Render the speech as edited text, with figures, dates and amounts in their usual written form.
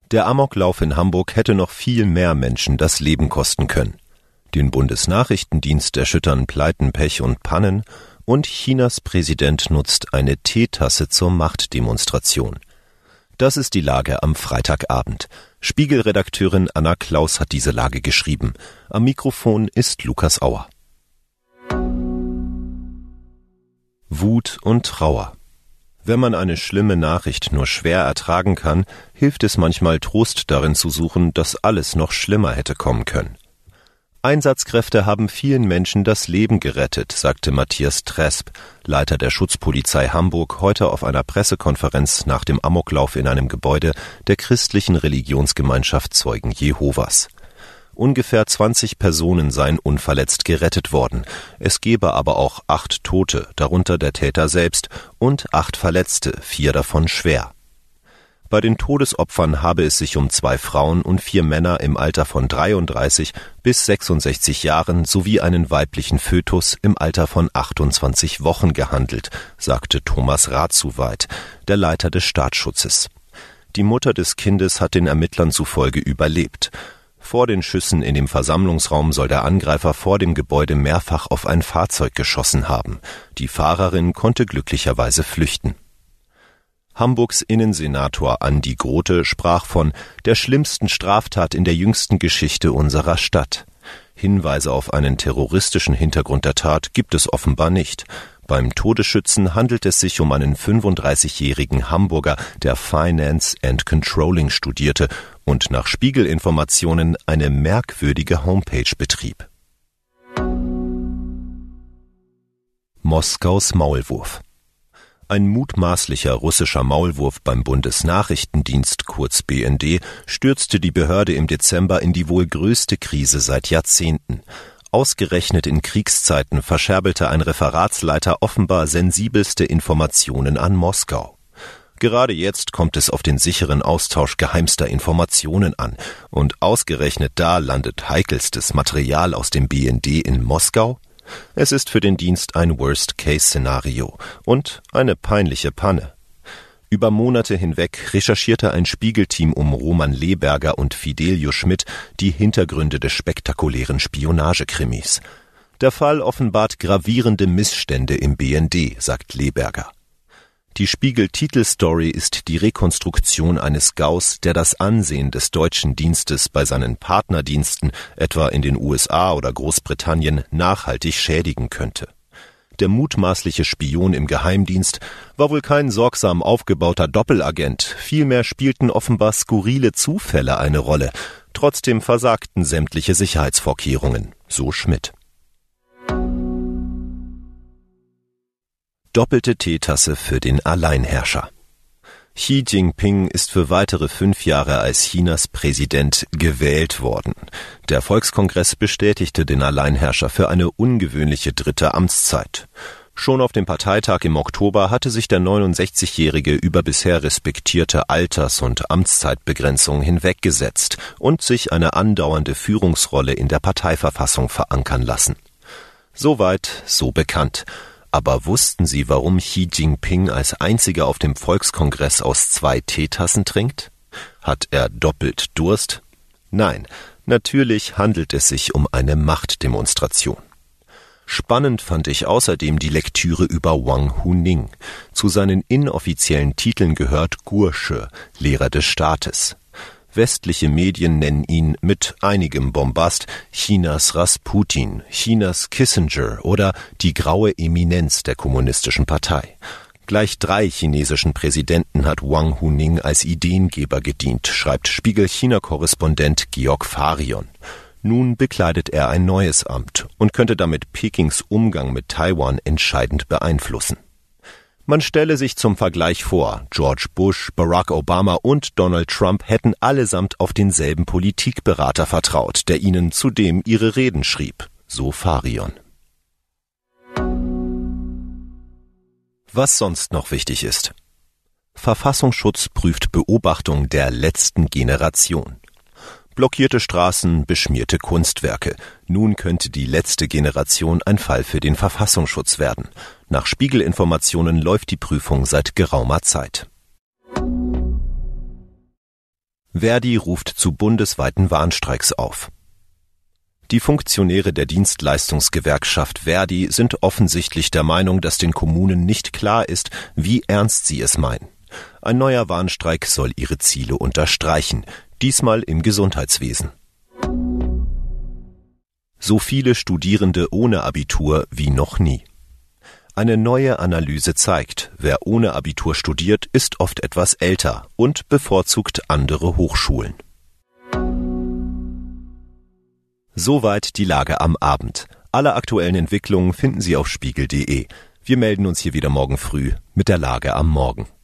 Der Amoklauf in Hamburg hätte noch viel mehr Menschen das Leben kosten können. Den Bundesnachrichtendienst erschüttern Pleiten, Pech und Pannen und Chinas Präsident nutzt eine Teetasse zur Machtdemonstration. Das ist die Lage am Freitagabend. Spiegel-Redakteurin Anna Klaus hat diese Lage geschrieben. Am Mikrofon ist Lukas Auer. Wut und Trauer. Wenn man eine schlimme Nachricht nur schwer ertragen kann, hilft es manchmal, Trost darin zu suchen, dass alles noch schlimmer hätte kommen können. Einsatzkräfte haben vielen Menschen das Leben gerettet, sagte Matthias Tresp, Leiter der Schutzpolizei Hamburg, heute auf einer Pressekonferenz nach dem Amoklauf in einem Gebäude der christlichen Religionsgemeinschaft Zeugen Jehovas. Ungefähr 20 Personen seien unverletzt gerettet worden. Es gebe aber auch 8 Tote, darunter der Täter selbst, und 8 Verletzte, 4 davon schwer. Bei den Todesopfern habe es sich um 2 Frauen und 4 Männer im Alter von 33 bis 66 Jahren sowie einen weiblichen Fötus im Alter von 28 Wochen gehandelt, sagte Thomas Ratzuweit, der Leiter des Staatsschutzes. Die Mutter des Kindes hat den Ermittlern zufolge überlebt. Vor den Schüssen in dem Versammlungsraum soll der Angreifer vor dem Gebäude mehrfach auf ein Fahrzeug geschossen haben. Die Fahrerin konnte glücklicherweise flüchten. Hamburgs Innensenator Andi Grote sprach von der schlimmsten Straftat in der jüngsten Geschichte unserer Stadt. Hinweise auf einen terroristischen Hintergrund der Tat gibt es offenbar nicht. Beim Todesschützen handelt es sich um einen 35-jährigen Hamburger, der Finance and Controlling studierte und nach Spiegel-Informationen eine merkwürdige Homepage betrieb. Moskaus Maulwurf. Ein mutmaßlicher russischer Maulwurf beim Bundesnachrichtendienst, kurz BND, stürzte die Behörde im Dezember in die wohl größte Krise seit Jahrzehnten. Ausgerechnet in Kriegszeiten verscherbelte ein Referatsleiter offenbar sensibelste Informationen an Moskau. Gerade jetzt kommt es auf den sicheren Austausch geheimster Informationen an. Und ausgerechnet da landet heikelstes Material aus dem BND in Moskau? Es ist für den Dienst ein Worst-Case-Szenario und eine peinliche Panne. Über Monate hinweg recherchierte ein Spiegelteam um Roman Leberger und Fidelio Schmidt die Hintergründe des spektakulären Spionagekrimis. Der Fall offenbart gravierende Missstände im BND, sagt Leberger. Die Spiegel-Titelstory ist die Rekonstruktion eines Gaus, der das Ansehen des deutschen Dienstes bei seinen Partnerdiensten, etwa in den USA oder Großbritannien, nachhaltig schädigen könnte. Der mutmaßliche Spion im Geheimdienst war wohl kein sorgsam aufgebauter Doppelagent, vielmehr spielten offenbar skurrile Zufälle eine Rolle. Trotzdem versagten sämtliche Sicherheitsvorkehrungen, so Schmidt. Doppelte Teetasse für den Alleinherrscher. Xi Jinping ist für weitere 5 Jahre als Chinas Präsident gewählt worden. Der Volkskongress bestätigte den Alleinherrscher für eine ungewöhnliche 3. Amtszeit. Schon auf dem Parteitag im Oktober hatte sich der 69-Jährige über bisher respektierte Alters- und Amtszeitbegrenzung hinweggesetzt und sich eine andauernde Führungsrolle in der Parteiverfassung verankern lassen. Soweit, so bekannt. Aber wussten Sie, warum Xi Jinping als einziger auf dem Volkskongress aus 2 Teetassen trinkt? Hat er doppelt Durst? Nein, natürlich handelt es sich um eine Machtdemonstration. Spannend fand ich außerdem die Lektüre über Wang Huning. Zu seinen inoffiziellen Titeln gehört Gursche, Lehrer des Staates. Westliche Medien nennen ihn mit einigem Bombast Chinas Rasputin, Chinas Kissinger oder die graue Eminenz der Kommunistischen Partei. Gleich 3 chinesischen Präsidenten hat Wang Huning als Ideengeber gedient, schreibt Spiegel-China-Korrespondent Georg Farion. Nun bekleidet er ein neues Amt und könnte damit Pekings Umgang mit Taiwan entscheidend beeinflussen. Man stelle sich zum Vergleich vor, George Bush, Barack Obama und Donald Trump hätten allesamt auf denselben Politikberater vertraut, der ihnen zudem ihre Reden schrieb, so Farion. Was sonst noch wichtig ist. Verfassungsschutz prüft Beobachtung der letzten Generation. Blockierte Straßen, beschmierte Kunstwerke. Nun könnte die letzte Generation ein Fall für den Verfassungsschutz werden. Nach Spiegelinformationen läuft die Prüfung seit geraumer Zeit. Verdi ruft zu bundesweiten Warnstreiks auf. Die Funktionäre der Dienstleistungsgewerkschaft Verdi sind offensichtlich der Meinung, dass den Kommunen nicht klar ist, wie ernst sie es meinen. Ein neuer Warnstreik soll ihre Ziele unterstreichen, diesmal im Gesundheitswesen. So viele Studierende ohne Abitur wie noch nie. Eine neue Analyse zeigt, wer ohne Abitur studiert, ist oft etwas älter und bevorzugt andere Hochschulen. Soweit die Lage am Abend. Alle aktuellen Entwicklungen finden Sie auf spiegel.de. Wir melden uns hier wieder morgen früh mit der Lage am Morgen.